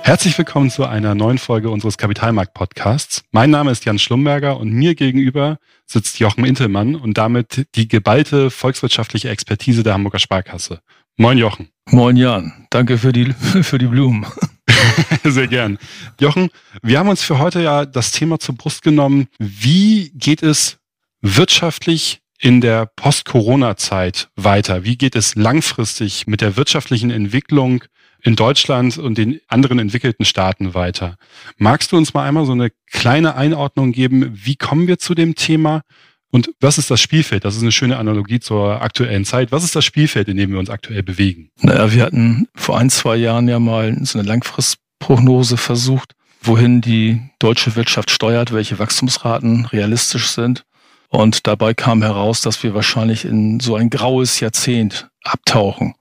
Herzlich willkommen zu einer neuen Folge unseres Kapitalmarkt-Podcasts. Mein Name ist Jan Schlumberger und mir gegenüber sitzt Jochen Intelmann und damit die geballte volkswirtschaftliche Expertise der Hamburger Sparkasse. Moin Jochen. Moin Jan, danke für die Blumen. Sehr gern. Jochen, wir haben uns für heute ja das Thema zur Brust genommen. Wie geht es wirtschaftlich in der Post-Corona-Zeit weiter? Wie geht es langfristig mit der wirtschaftlichen Entwicklung in Deutschland und den anderen entwickelten Staaten weiter? Magst du uns mal einmal so eine kleine Einordnung geben? Wie kommen wir zu dem Thema? Und was ist das Spielfeld? Das ist eine schöne Analogie zur aktuellen Zeit. Was ist das Spielfeld, in dem wir uns aktuell bewegen? Naja, wir hatten vor 1-2 Jahren ja mal so eine Langfristprognose versucht, wohin die deutsche Wirtschaft steuert, welche Wachstumsraten realistisch sind. Und dabei kam heraus, dass wir wahrscheinlich in so ein graues Jahrzehnt abtauchen.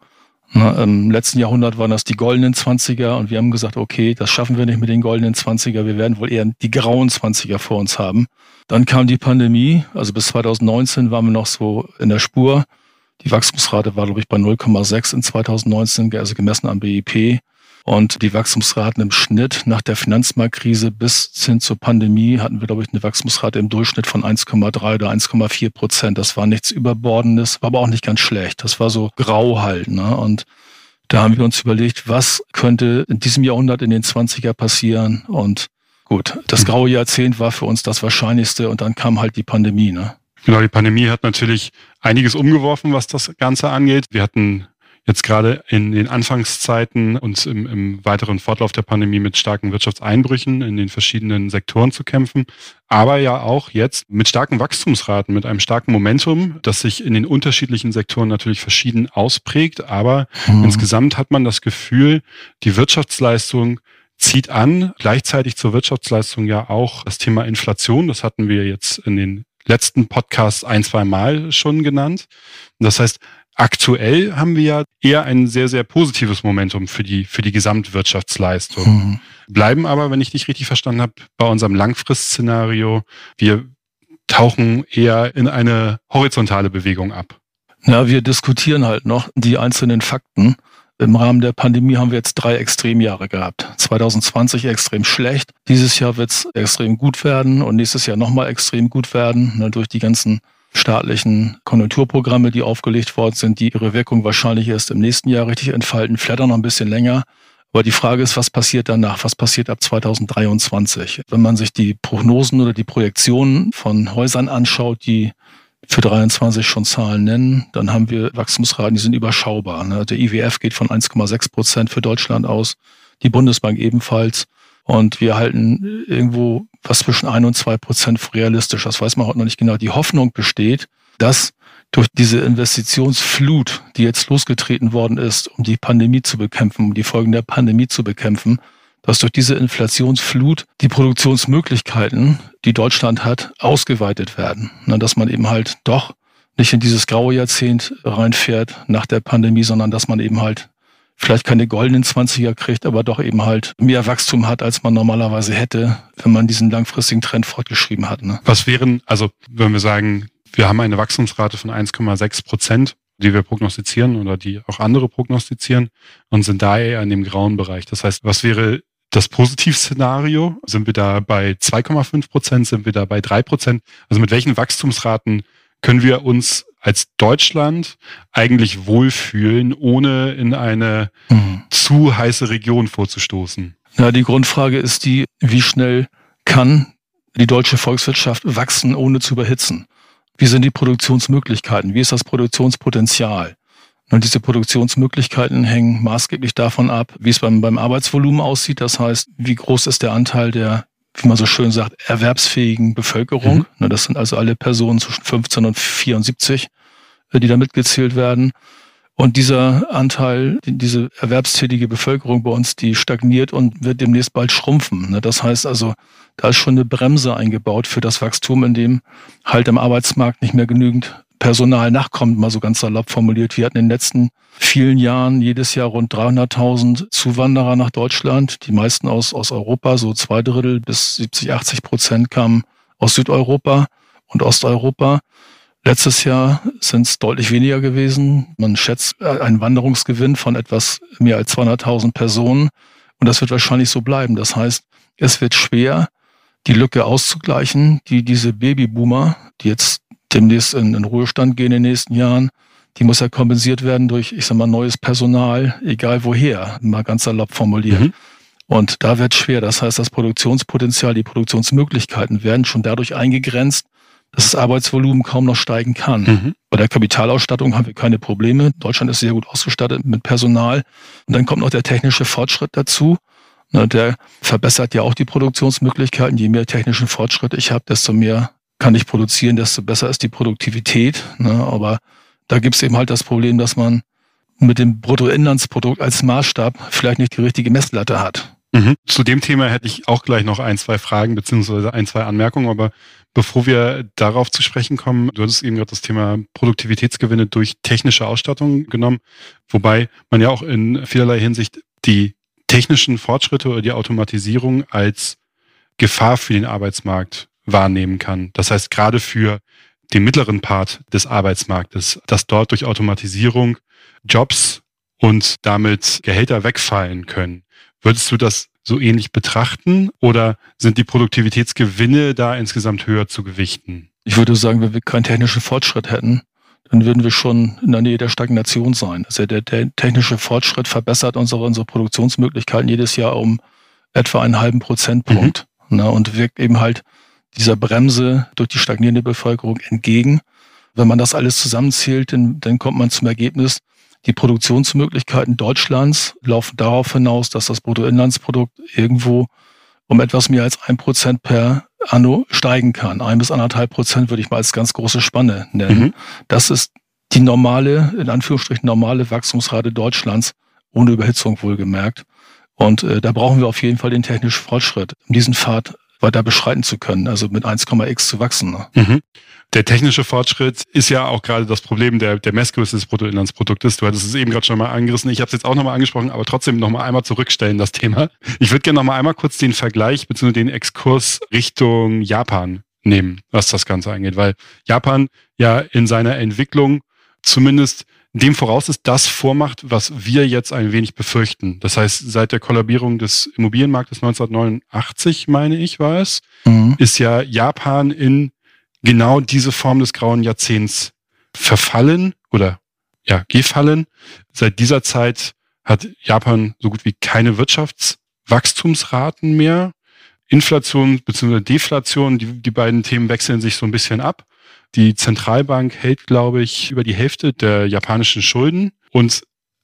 Im letzten Jahrhundert waren das die goldenen 20er und wir haben gesagt, okay, das schaffen wir nicht mit den goldenen 20er, wir werden wohl eher die grauen 20er vor uns haben. Dann kam die Pandemie, also bis 2019 waren wir noch so in der Spur. Die Wachstumsrate war, glaube ich, bei 0,6 in 2019, also gemessen am BIP. Und die Wachstumsraten im Schnitt nach der Finanzmarktkrise bis hin zur Pandemie hatten wir, glaube ich, eine Wachstumsrate im Durchschnitt von 1,3 oder 1,4%. Das war nichts Überbordendes, war aber auch nicht ganz schlecht. Das war so grau halt, ne? Und da haben wir uns überlegt, was könnte in diesem Jahrhundert in den 20er passieren? Und gut, das graue Jahrzehnt war für uns das Wahrscheinlichste und dann kam halt die Pandemie, ne? Genau, die Pandemie hat natürlich einiges umgeworfen, was das Ganze angeht. Wir hatten jetzt gerade in den Anfangszeiten uns im weiteren Fortlauf der Pandemie mit starken Wirtschaftseinbrüchen in den verschiedenen Sektoren zu kämpfen, aber ja auch jetzt mit starken Wachstumsraten, mit einem starken Momentum, das sich in den unterschiedlichen Sektoren natürlich verschieden ausprägt, aber insgesamt hat man das Gefühl, die Wirtschaftsleistung zieht an, gleichzeitig zur Wirtschaftsleistung ja auch das Thema Inflation, das hatten wir jetzt in den letzten Podcasts 1-2 Mal schon genannt. Das heißt, aktuell haben wir ja eher ein sehr, sehr positives Momentum für die Gesamtwirtschaftsleistung. Bleiben aber, wenn ich dich richtig verstanden habe, bei unserem Langfristszenario, wir tauchen eher in eine horizontale Bewegung ab. Ja, wir diskutieren halt noch die einzelnen Fakten. Im Rahmen der Pandemie haben wir jetzt 3 Extremjahre gehabt. 2020 extrem schlecht. Dieses Jahr wird es extrem gut werden und nächstes Jahr nochmal extrem gut werden, durch die ganzen staatlichen Konjunkturprogramme, die aufgelegt worden sind, die ihre Wirkung wahrscheinlich erst im nächsten Jahr richtig entfalten, vielleicht auch noch ein bisschen länger. Aber die Frage ist, was passiert danach? Was passiert ab 2023? Wenn man sich die Prognosen oder die Projektionen von Häusern anschaut, die für 23 schon Zahlen nennen, dann haben wir Wachstumsraten, die sind überschaubar. Der IWF geht von 1,6% für Deutschland aus, die Bundesbank ebenfalls. Und wir halten irgendwo was zwischen 1 und 2% für realistisch. Das weiß man heute noch nicht genau. Die Hoffnung besteht, dass durch diese Investitionsflut, die jetzt losgetreten worden ist, um die Pandemie zu bekämpfen, um die Folgen der Pandemie zu bekämpfen, dass durch diese Inflationsflut die Produktionsmöglichkeiten, die Deutschland hat, ausgeweitet werden. Dass man eben halt doch nicht in dieses graue Jahrzehnt reinfährt nach der Pandemie, sondern dass man eben halt vielleicht keine goldenen 20er kriegt, aber doch eben halt mehr Wachstum hat, als man normalerweise hätte, wenn man diesen langfristigen Trend fortgeschrieben hat. Was wären, also wenn wir sagen, wir haben eine Wachstumsrate von 1,6%, die wir prognostizieren oder die auch andere prognostizieren und sind da eher in dem grauen Bereich. Das heißt, was wäre das Positivszenario? Sind wir da bei 2,5%? Sind wir da bei 3%? Also mit welchen Wachstumsraten können wir uns als Deutschland eigentlich wohlfühlen, ohne in eine zu heiße Region vorzustoßen? Ja, die Grundfrage ist die, wie schnell kann die deutsche Volkswirtschaft wachsen, ohne zu überhitzen? Wie sind die Produktionsmöglichkeiten? Wie ist das Produktionspotenzial? Und diese Produktionsmöglichkeiten hängen maßgeblich davon ab, wie es beim Arbeitsvolumen aussieht. Das heißt, wie groß ist der Anteil der, wie man so schön sagt, erwerbsfähigen Bevölkerung. Das sind also alle Personen zwischen 15 und 74, die da mitgezählt werden. Und dieser Anteil, diese erwerbstätige Bevölkerung bei uns, die stagniert und wird demnächst bald schrumpfen. Das heißt also, da ist schon eine Bremse eingebaut für das Wachstum, in dem halt am Arbeitsmarkt nicht mehr genügend Personal nachkommt, mal so ganz salopp formuliert. Wir hatten in den letzten vielen Jahren jedes Jahr rund 300.000 Zuwanderer nach Deutschland, die meisten aus Europa, so 2/3 bis 70-80% kamen aus Südeuropa und Osteuropa. Letztes Jahr sind es deutlich weniger gewesen. Man schätzt einen Wanderungsgewinn von etwas mehr als 200.000 Personen. Und das wird wahrscheinlich so bleiben. Das heißt, es wird schwer, die Lücke auszugleichen, die diese Babyboomer, die jetzt demnächst in Ruhestand gehen in den nächsten Jahren, die muss ja kompensiert werden durch, ich sag mal, neues Personal, egal woher, mal ganz salopp formuliert. Mhm. Und da wird schwer. Das heißt, das Produktionspotenzial, die Produktionsmöglichkeiten werden schon dadurch eingegrenzt, dass das Arbeitsvolumen kaum noch steigen kann. Mhm. Bei der Kapitalausstattung haben wir keine Probleme. Deutschland ist sehr gut ausgestattet mit Personal. Und dann kommt noch der technische Fortschritt dazu. Der verbessert ja auch die Produktionsmöglichkeiten. Je mehr technischen Fortschritt ich habe, desto mehr kann ich produzieren, desto besser ist die Produktivität. Aber da gibt es eben halt das Problem, dass man mit dem Bruttoinlandsprodukt als Maßstab vielleicht nicht die richtige Messlatte hat. Mhm. Zu dem Thema hätte ich auch gleich noch 1, 2 Fragen beziehungsweise 1, 2 Anmerkungen, aber bevor wir darauf zu sprechen kommen, du hattest eben gerade das Thema Produktivitätsgewinne durch technische Ausstattung genommen, wobei man ja auch in vielerlei Hinsicht die technischen Fortschritte oder die Automatisierung als Gefahr für den Arbeitsmarkt wahrnehmen kann. Das heißt, gerade für den mittleren Part des Arbeitsmarktes, dass dort durch Automatisierung Jobs und damit Gehälter wegfallen können. Würdest du das so ähnlich betrachten oder sind die Produktivitätsgewinne da insgesamt höher zu gewichten? Ich würde sagen, wenn wir keinen technischen Fortschritt hätten, dann würden wir schon in der Nähe der Stagnation sein. Also der technische Fortschritt verbessert unsere Produktionsmöglichkeiten jedes Jahr um etwa einen halben Prozentpunkt. Mhm. Und wirkt eben halt dieser Bremse durch die stagnierende Bevölkerung entgegen. Wenn man das alles zusammenzählt, dann kommt man zum Ergebnis, die Produktionsmöglichkeiten Deutschlands laufen darauf hinaus, dass das Bruttoinlandsprodukt irgendwo um etwas mehr als 1% per Anno steigen kann. 1 bis 1,5% würde ich mal als ganz große Spanne nennen. Mhm. Das ist die normale, in Anführungsstrichen normale Wachstumsrate Deutschlands, ohne Überhitzung wohlgemerkt. Und da brauchen wir auf jeden Fall den technischen Fortschritt, um diesen Pfad weiter beschreiten zu können, also mit 1,x zu wachsen. Mhm. Der technische Fortschritt ist ja auch gerade das Problem der Messgröße des Bruttoinlandsproduktes. Du hattest es eben gerade schon mal angerissen. Ich habe es jetzt auch nochmal angesprochen, aber trotzdem nochmal einmal zurückstellen, das Thema. Ich würde gerne nochmal einmal kurz den Vergleich bzw. den Exkurs Richtung Japan nehmen, was das Ganze angeht. Weil Japan ja in seiner Entwicklung zumindest dem voraus ist, das vormacht, was wir jetzt ein wenig befürchten. Das heißt, seit der Kollabierung des Immobilienmarktes 1989, meine ich, war es, ist ja Japan in genau diese Form des grauen Jahrzehnts verfallen oder ja, gefallen. Seit dieser Zeit hat Japan so gut wie keine Wirtschaftswachstumsraten mehr. Inflation bzw. Deflation, die beiden Themen wechseln sich so ein bisschen ab. Die Zentralbank hält, glaube ich, über die Hälfte der japanischen Schulden. Und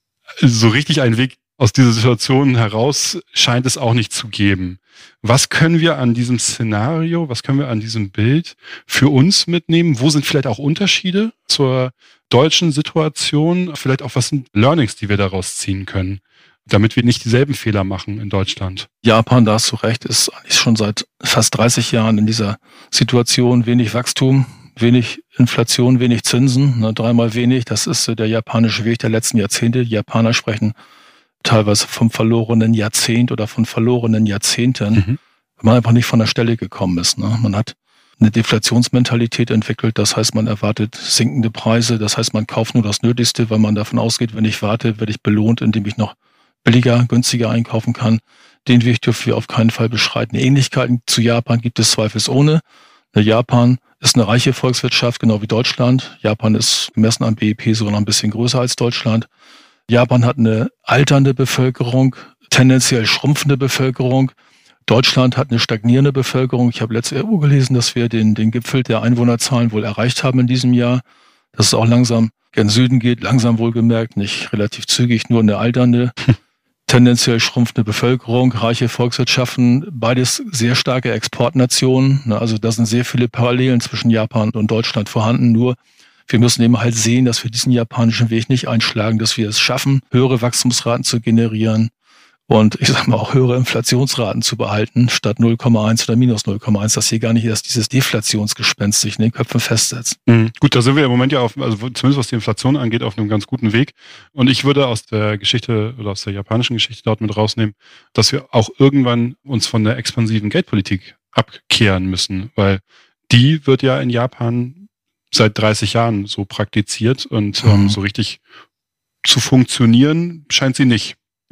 so richtig einen Weg aus dieser Situation heraus scheint es auch nicht zu geben. Was können wir an diesem Szenario, was können wir an diesem Bild für uns mitnehmen? Wo sind vielleicht auch Unterschiede zur deutschen Situation? Vielleicht auch, was sind Learnings, die wir daraus ziehen können, damit wir nicht dieselben Fehler machen in Deutschland? Japan, da hast du recht, ist eigentlich schon seit fast 30 Jahren in dieser Situation. Wenig Wachstum, wenig Inflation, wenig Zinsen, 3-mal wenig. Das ist der japanische Weg der letzten Jahrzehnte. Die Japaner sprechen teilweise vom verlorenen Jahrzehnt oder von verlorenen Jahrzehnten, wenn man einfach nicht von der Stelle gekommen ist. Man hat eine Deflationsmentalität entwickelt, das heißt, man erwartet sinkende Preise, das heißt, man kauft nur das Nötigste, weil man davon ausgeht, wenn ich warte, werde ich belohnt, indem ich noch billiger, günstiger einkaufen kann. Den Weg dürfen wir auf keinen Fall beschreiten. Ähnlichkeiten zu Japan gibt es zweifelsohne. Japan ist eine reiche Volkswirtschaft, genau wie Deutschland. Japan ist gemessen am BIP sogar noch ein bisschen größer als Deutschland. Japan hat eine alternde Bevölkerung, tendenziell schrumpfende Bevölkerung. Deutschland hat eine stagnierende Bevölkerung. Ich habe letzte Woche gelesen, dass wir den Gipfel der Einwohnerzahlen wohl erreicht haben in diesem Jahr. Dass es auch langsam gen Süden geht, langsam wohlgemerkt, nicht relativ zügig, nur eine alternde, tendenziell schrumpfende Bevölkerung, reiche Volkswirtschaften, beides sehr starke Exportnationen. Also da sind sehr viele Parallelen zwischen Japan und Deutschland vorhanden. Nur wir müssen eben halt sehen, dass wir diesen japanischen Weg nicht einschlagen, dass wir es schaffen, höhere Wachstumsraten zu generieren und ich sag mal auch höhere Inflationsraten zu behalten, statt 0,1 oder minus 0,1, dass hier gar nicht erst dieses Deflationsgespenst sich in den Köpfen festsetzt. Gut, da sind wir im Moment ja also zumindest was die Inflation angeht, auf einem ganz guten Weg. Und ich würde aus der Geschichte oder aus der japanischen Geschichte dort mit rausnehmen, dass wir auch irgendwann uns von der expansiven Geldpolitik abkehren müssen, weil die wird ja in Japan seit 30 Jahren so praktiziert und so richtig zu funktionieren scheint sie nicht.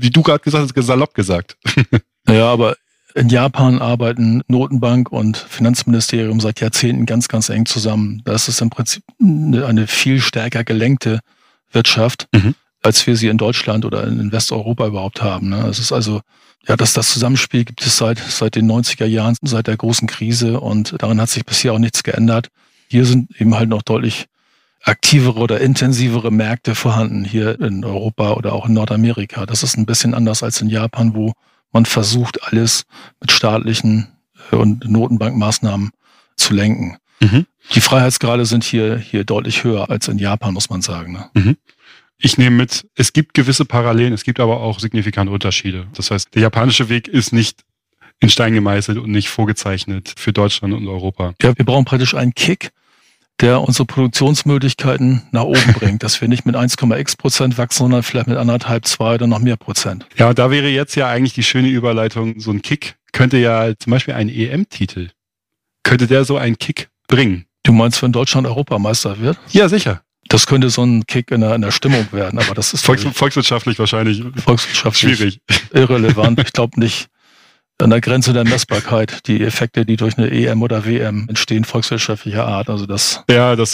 wie du gerade gesagt hast, salopp gesagt. Ja, aber in Japan arbeiten Notenbank und Finanzministerium seit Jahrzehnten ganz, ganz eng zusammen. Das ist im Prinzip eine viel stärker gelenkte Wirtschaft, als wir sie in Deutschland oder in Westeuropa überhaupt haben. Ne? Es ist also, ja, das Zusammenspiel gibt es seit den 90er Jahren, seit der großen Krise, und daran hat sich bisher auch nichts geändert. Hier sind eben halt noch deutlich aktivere oder intensivere Märkte vorhanden, hier in Europa oder auch in Nordamerika. Das ist ein bisschen anders als in Japan, wo man versucht, alles mit staatlichen und Notenbankmaßnahmen zu lenken. Die Freiheitsgrade sind hier deutlich höher als in Japan, muss man sagen. Ne? Ich nehme mit, es gibt gewisse Parallelen, es gibt aber auch signifikante Unterschiede. Das heißt, der japanische Weg ist nicht in Stein gemeißelt und nicht vorgezeichnet für Deutschland und Europa. Ja, wir brauchen praktisch einen Kick, der unsere Produktionsmöglichkeiten nach oben bringt, dass wir nicht mit 1,x% wachsen, sondern vielleicht mit 1,5, 2 oder noch mehr Prozent. Ja, und da wäre jetzt ja eigentlich die schöne Überleitung, so ein Kick könnte ja zum Beispiel ein EM-Titel, könnte der so einen Kick bringen? Du meinst, wenn Deutschland Europameister wird? Ja, sicher. Das könnte so ein Kick in der Stimmung werden, aber das ist volkswirtschaftlich wahrscheinlich schwierig. Irrelevant. Ich glaube nicht. An der Grenze der Messbarkeit, die Effekte, die durch eine EM oder WM entstehen, volkswirtschaftlicher Art. Also das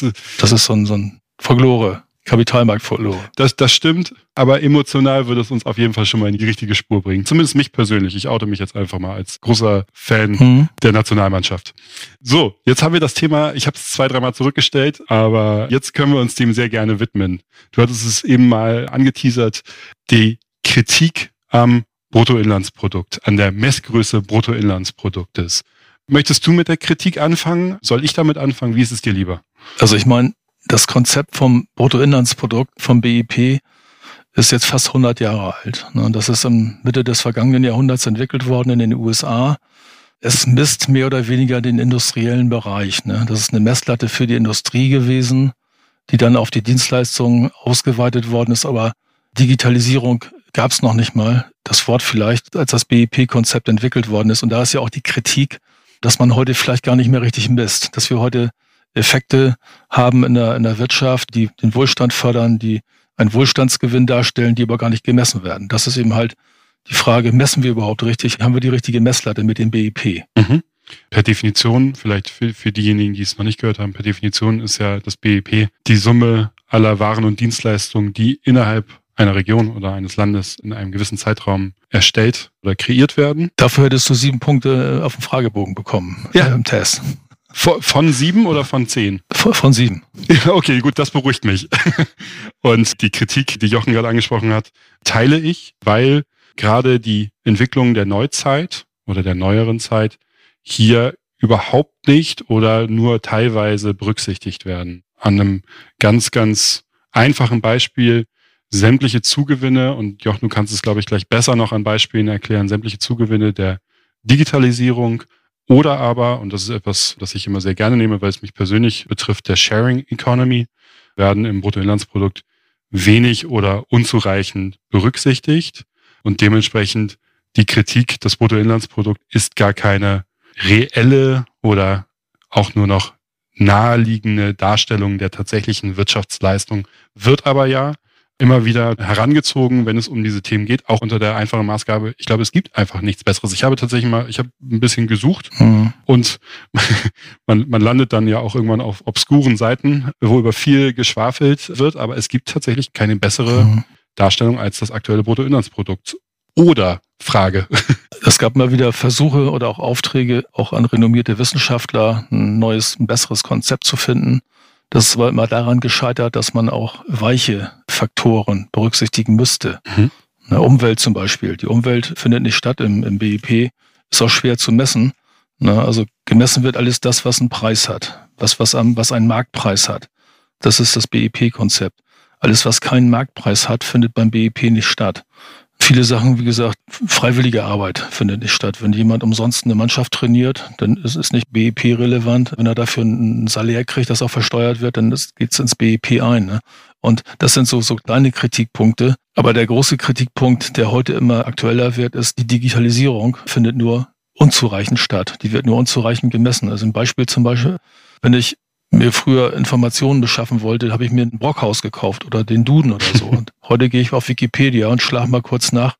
ist so ein Folklore, Kapitalmarkt-Folklore. Das stimmt, aber emotional würde es uns auf jeden Fall schon mal in die richtige Spur bringen. Zumindest mich persönlich. Ich oute mich jetzt einfach mal als großer Fan der Nationalmannschaft. So, jetzt haben wir das Thema, ich habe es 2-3 Mal zurückgestellt, aber jetzt können wir uns dem sehr gerne widmen. Du hattest es eben mal angeteasert, die Kritik am Bruttoinlandsprodukt, an der Messgröße Bruttoinlandsproduktes. Möchtest du mit der Kritik anfangen? Soll ich damit anfangen? Wie ist es dir lieber? Also ich meine, das Konzept vom Bruttoinlandsprodukt, vom BIP, ist jetzt fast 100 Jahre alt. Das ist in Mitte des vergangenen Jahrhunderts entwickelt worden in den USA. Es misst mehr oder weniger den industriellen Bereich. Das ist eine Messlatte für die Industrie gewesen, die dann auf die Dienstleistungen ausgeweitet worden ist. Aber Digitalisierung gab es noch nicht mal. Das Wort vielleicht, als das BIP-Konzept entwickelt worden ist. Und da ist ja auch die Kritik, dass man heute vielleicht gar nicht mehr richtig misst. Dass wir heute Effekte haben in der Wirtschaft, die den Wohlstand fördern, die einen Wohlstandsgewinn darstellen, die aber gar nicht gemessen werden. Das ist eben halt die Frage, messen wir überhaupt richtig? Haben wir die richtige Messlatte mit dem BIP? Per Definition, vielleicht für diejenigen, die es noch nicht gehört haben, per Definition ist ja das BIP die Summe aller Waren und Dienstleistungen, die innerhalb einer Region oder eines Landes in einem gewissen Zeitraum erstellt oder kreiert werden. Dafür hättest du 7 Punkte auf dem Fragebogen bekommen im Test. Von 7 oder von 10? Von 7. Ja, okay, gut, das beruhigt mich. Und die Kritik, die Jochen gerade angesprochen hat, teile ich, weil gerade die Entwicklung der Neuzeit oder der neueren Zeit hier überhaupt nicht oder nur teilweise berücksichtigt werden. An einem ganz, ganz einfachen Beispiel: sämtliche Zugewinne, und Jochen, du kannst es, glaube ich, gleich besser noch an Beispielen erklären, sämtliche Zugewinne der Digitalisierung oder aber, und das ist etwas, das ich immer sehr gerne nehme, weil es mich persönlich betrifft, der Sharing Economy, werden im Bruttoinlandsprodukt wenig oder unzureichend berücksichtigt, und dementsprechend die Kritik, das Bruttoinlandsprodukt ist gar keine reelle oder auch nur noch naheliegende Darstellung der tatsächlichen Wirtschaftsleistung, wird aber ja immer wieder herangezogen, wenn es um diese Themen geht, auch unter der einfachen Maßgabe, ich glaube, es gibt einfach nichts Besseres. Ich habe ein bisschen gesucht und man landet dann ja auch irgendwann auf obskuren Seiten, wo über viel geschwafelt wird, aber es gibt tatsächlich keine bessere Darstellung als das aktuelle Bruttoinlandsprodukt. Oder Frage. Es gab mal wieder Versuche oder auch Aufträge, auch an renommierte Wissenschaftler, ein besseres Konzept zu finden. Das war immer daran gescheitert, dass man auch weiche Faktoren berücksichtigen müsste. Eine Umwelt zum Beispiel. Die Umwelt findet nicht statt im BIP, ist auch schwer zu messen. Also gemessen wird alles das, was einen Preis hat, was einen Marktpreis hat. Das ist das BIP-Konzept. Alles, was keinen Marktpreis hat, findet beim BIP nicht statt. Viele Sachen, wie gesagt, freiwillige Arbeit findet nicht statt. Wenn jemand umsonst eine Mannschaft trainiert, dann ist es nicht BIP-relevant. Wenn er dafür ein Salär kriegt, das auch versteuert wird, dann geht es ins BIP ein. Und das sind so kleine Kritikpunkte. Aber der große Kritikpunkt, der heute immer aktueller wird, ist, die Digitalisierung findet nur unzureichend statt. Die wird nur unzureichend gemessen. Also ein Beispiel zum Beispiel, wenn ich mir früher Informationen beschaffen wollte, habe ich mir ein Brockhaus gekauft oder den Duden oder so. Und heute gehe ich auf Wikipedia und schlage mal kurz nach,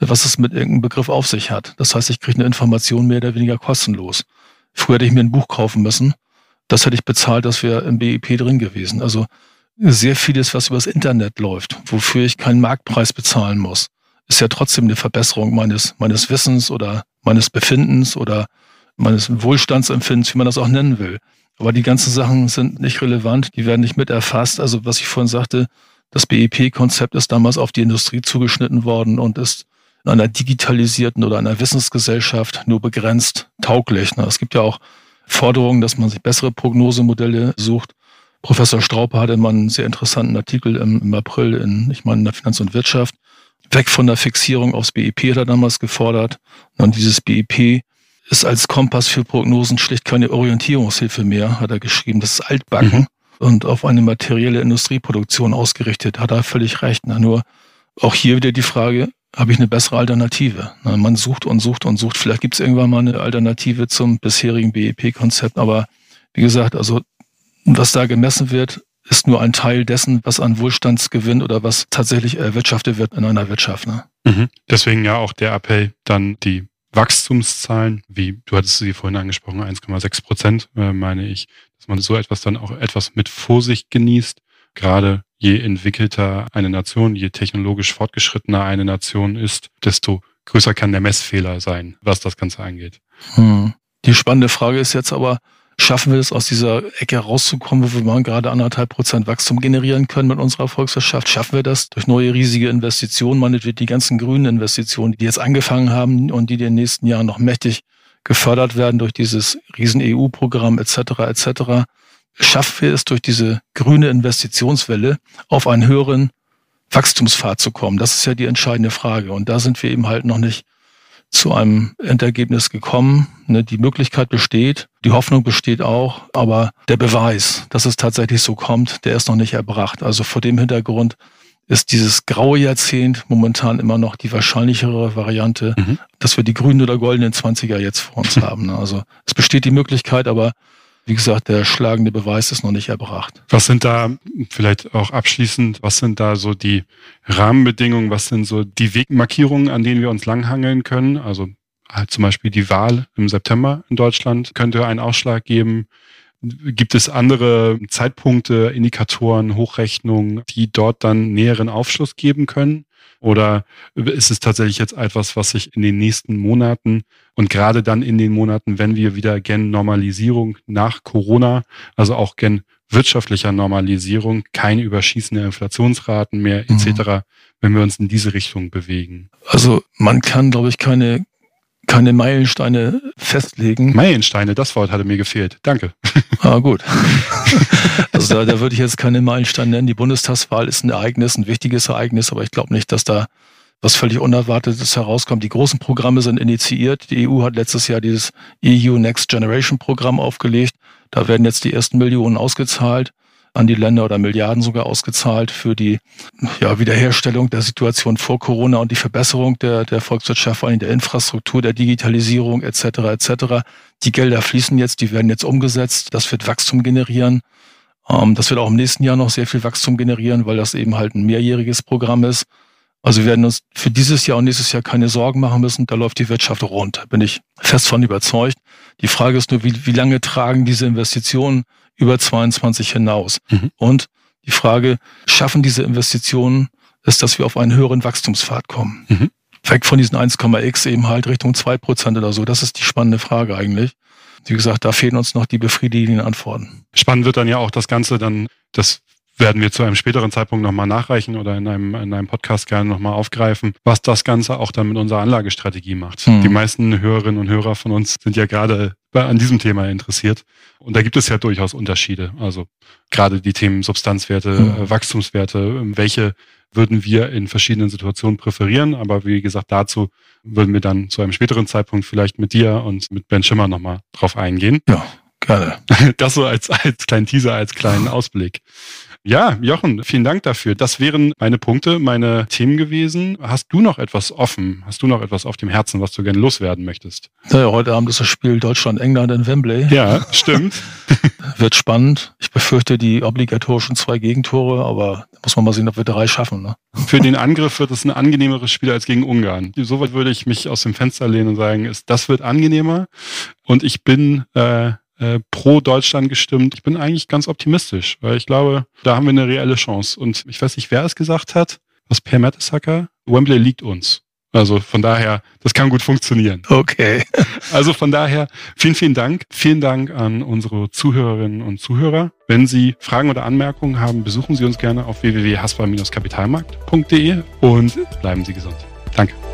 was es mit irgendeinem Begriff auf sich hat. Das heißt, ich kriege eine Information mehr oder weniger kostenlos. Früher hätte ich mir ein Buch kaufen müssen. Das hätte ich bezahlt, das wäre im BIP drin gewesen. Also sehr vieles, was übers Internet läuft, wofür ich keinen Marktpreis bezahlen muss, ist ja trotzdem eine Verbesserung meines Wissens oder meines Befindens oder meines Wohlstandsempfindens, wie man das auch nennen will. Aber die ganzen Sachen sind nicht relevant, die werden nicht mit erfasst. Also was ich vorhin sagte, das BIP-Konzept ist damals auf die Industrie zugeschnitten worden und ist in einer digitalisierten oder einer Wissensgesellschaft nur begrenzt tauglich. Es gibt ja auch Forderungen, dass man sich bessere Prognosemodelle sucht. Professor Straupe hatte mal einen sehr interessanten Artikel im April in der Finanz und Wirtschaft. Weg von der Fixierung aufs BIP hat er damals gefordert. Und dieses BIP ist als Kompass für Prognosen schlicht keine Orientierungshilfe mehr, hat er geschrieben. Das ist altbacken und auf eine materielle Industrieproduktion ausgerichtet. Hat er völlig recht. Nur auch hier wieder die Frage, habe ich eine bessere Alternative? Man sucht und sucht und sucht. Vielleicht gibt es irgendwann mal eine Alternative zum bisherigen BIP-Konzept. Aber wie gesagt, also was da gemessen wird, ist nur ein Teil dessen, was an Wohlstandsgewinn oder was tatsächlich erwirtschaftet wird in einer Wirtschaft. Deswegen ja auch der Appell, dann die Wachstumszahlen, wie du hattest sie vorhin angesprochen, 1,6%, meine ich, dass man so etwas dann auch etwas mit Vorsicht genießt. Gerade je entwickelter eine Nation, je technologisch fortgeschrittener eine Nation ist, desto größer kann der Messfehler sein, was das Ganze angeht. Die spannende Frage ist jetzt aber, schaffen wir es, aus dieser Ecke rauszukommen, wo wir mal gerade 1,5% Wachstum generieren können mit unserer Volkswirtschaft? Schaffen wir das durch neue riesige Investitionen, meinetwegen die ganzen grünen Investitionen, die jetzt angefangen haben und die in den nächsten Jahren noch mächtig gefördert werden durch dieses riesen EU-Programm etc. etc. Schaffen wir es durch diese grüne Investitionswelle auf einen höheren Wachstumspfad zu kommen? Das ist ja die entscheidende Frage. Und da sind wir eben halt noch nicht zu einem Endergebnis gekommen. Die Möglichkeit besteht, die Hoffnung besteht auch, aber der Beweis, dass es tatsächlich so kommt, der ist noch nicht erbracht. Also vor dem Hintergrund ist dieses graue Jahrzehnt momentan immer noch die wahrscheinlichere Variante, dass wir die grünen oder goldenen 20er jetzt vor uns haben. Also es besteht die Möglichkeit, aber wie gesagt, der schlagende Beweis ist noch nicht erbracht. Was sind da, vielleicht auch abschließend, was sind da so die Rahmenbedingungen, was sind so die Wegmarkierungen, an denen wir uns langhangeln können? Also halt zum Beispiel die Wahl im September in Deutschland könnte einen Ausschlag geben. Gibt es andere Zeitpunkte, Indikatoren, Hochrechnungen, die dort dann näheren Aufschluss geben können? Oder ist es tatsächlich jetzt etwas, was sich in den nächsten Monaten und gerade dann in den Monaten, wenn wir wieder gen Normalisierung nach Corona, also auch gen wirtschaftlicher Normalisierung, keine überschießende Inflationsraten mehr etc., wenn wir uns in diese Richtung bewegen? Also man kann, glaube ich, keine Meilensteine festlegen. Meilensteine, das Wort hatte mir gefehlt. Danke. Gut. Also da würde ich jetzt keine Meilensteine nennen. Die Bundestagswahl ist ein Ereignis, ein wichtiges Ereignis, aber ich glaube nicht, dass da was völlig Unerwartetes herauskommt. Die großen Programme sind initiiert. Die EU hat letztes Jahr dieses EU Next Generation Programm aufgelegt. Da werden jetzt die ersten Millionen ausgezahlt an die Länder oder Milliarden sogar ausgezahlt für die Wiederherstellung der Situation vor Corona und die Verbesserung der Volkswirtschaft, vor allem der Infrastruktur, der Digitalisierung etc. etc. Die Gelder fließen jetzt, die werden jetzt umgesetzt. Das wird Wachstum generieren. Das wird auch im nächsten Jahr noch sehr viel Wachstum generieren, weil das eben halt ein mehrjähriges Programm ist. Also wir werden uns für dieses Jahr und nächstes Jahr keine Sorgen machen müssen. Da läuft die Wirtschaft rund. Da bin ich fest von überzeugt. Die Frage ist nur, wie lange tragen diese Investitionen über 22 hinaus? Und die Frage, schaffen diese Investitionen es, dass wir auf einen höheren Wachstumspfad kommen? Weg von diesen 1,x eben halt Richtung 2% oder so. Das ist die spannende Frage eigentlich. Wie gesagt, da fehlen uns noch die befriedigenden Antworten. Spannend wird dann ja auch das Ganze dann, das werden wir zu einem späteren Zeitpunkt nochmal nachreichen oder in einem Podcast gerne nochmal aufgreifen, was das Ganze auch dann mit unserer Anlagestrategie macht. Die meisten Hörerinnen und Hörer von uns sind ja gerade an diesem Thema interessiert. Und da gibt es ja durchaus Unterschiede. Also gerade die Themen Substanzwerte, Wachstumswerte, welche würden wir in verschiedenen Situationen präferieren. Aber wie gesagt, dazu würden wir dann zu einem späteren Zeitpunkt vielleicht mit dir und mit Ben Schimmer nochmal drauf eingehen. Ja, gerne. Das so als kleinen Teaser, als kleinen Ausblick. Ja, Jochen, vielen Dank dafür. Das wären meine Punkte, meine Themen gewesen. Hast du noch etwas offen? Hast du noch etwas auf dem Herzen, was du gerne loswerden möchtest? Naja, heute Abend ist das Spiel Deutschland-England in Wembley. Ja, stimmt. Wird spannend. Ich befürchte die obligatorischen 2 Gegentore, aber da muss man mal sehen, ob wir 3 schaffen. Ne? Für den Angriff wird es ein angenehmeres Spiel als gegen Ungarn. Soweit würde ich mich aus dem Fenster lehnen und sagen, das wird angenehmer. Und ich bin pro Deutschland gestimmt. Ich bin eigentlich ganz optimistisch, weil ich glaube, da haben wir eine reelle Chance. Und ich weiß nicht, wer es gesagt hat, was Per Mertesacker, Wembley liegt uns. Also von daher, das kann gut funktionieren. Okay. Also von daher, vielen, vielen Dank. Vielen Dank an unsere Zuhörerinnen und Zuhörer. Wenn Sie Fragen oder Anmerkungen haben, besuchen Sie uns gerne auf www.haspa-kapitalmarkt.de und bleiben Sie gesund. Danke.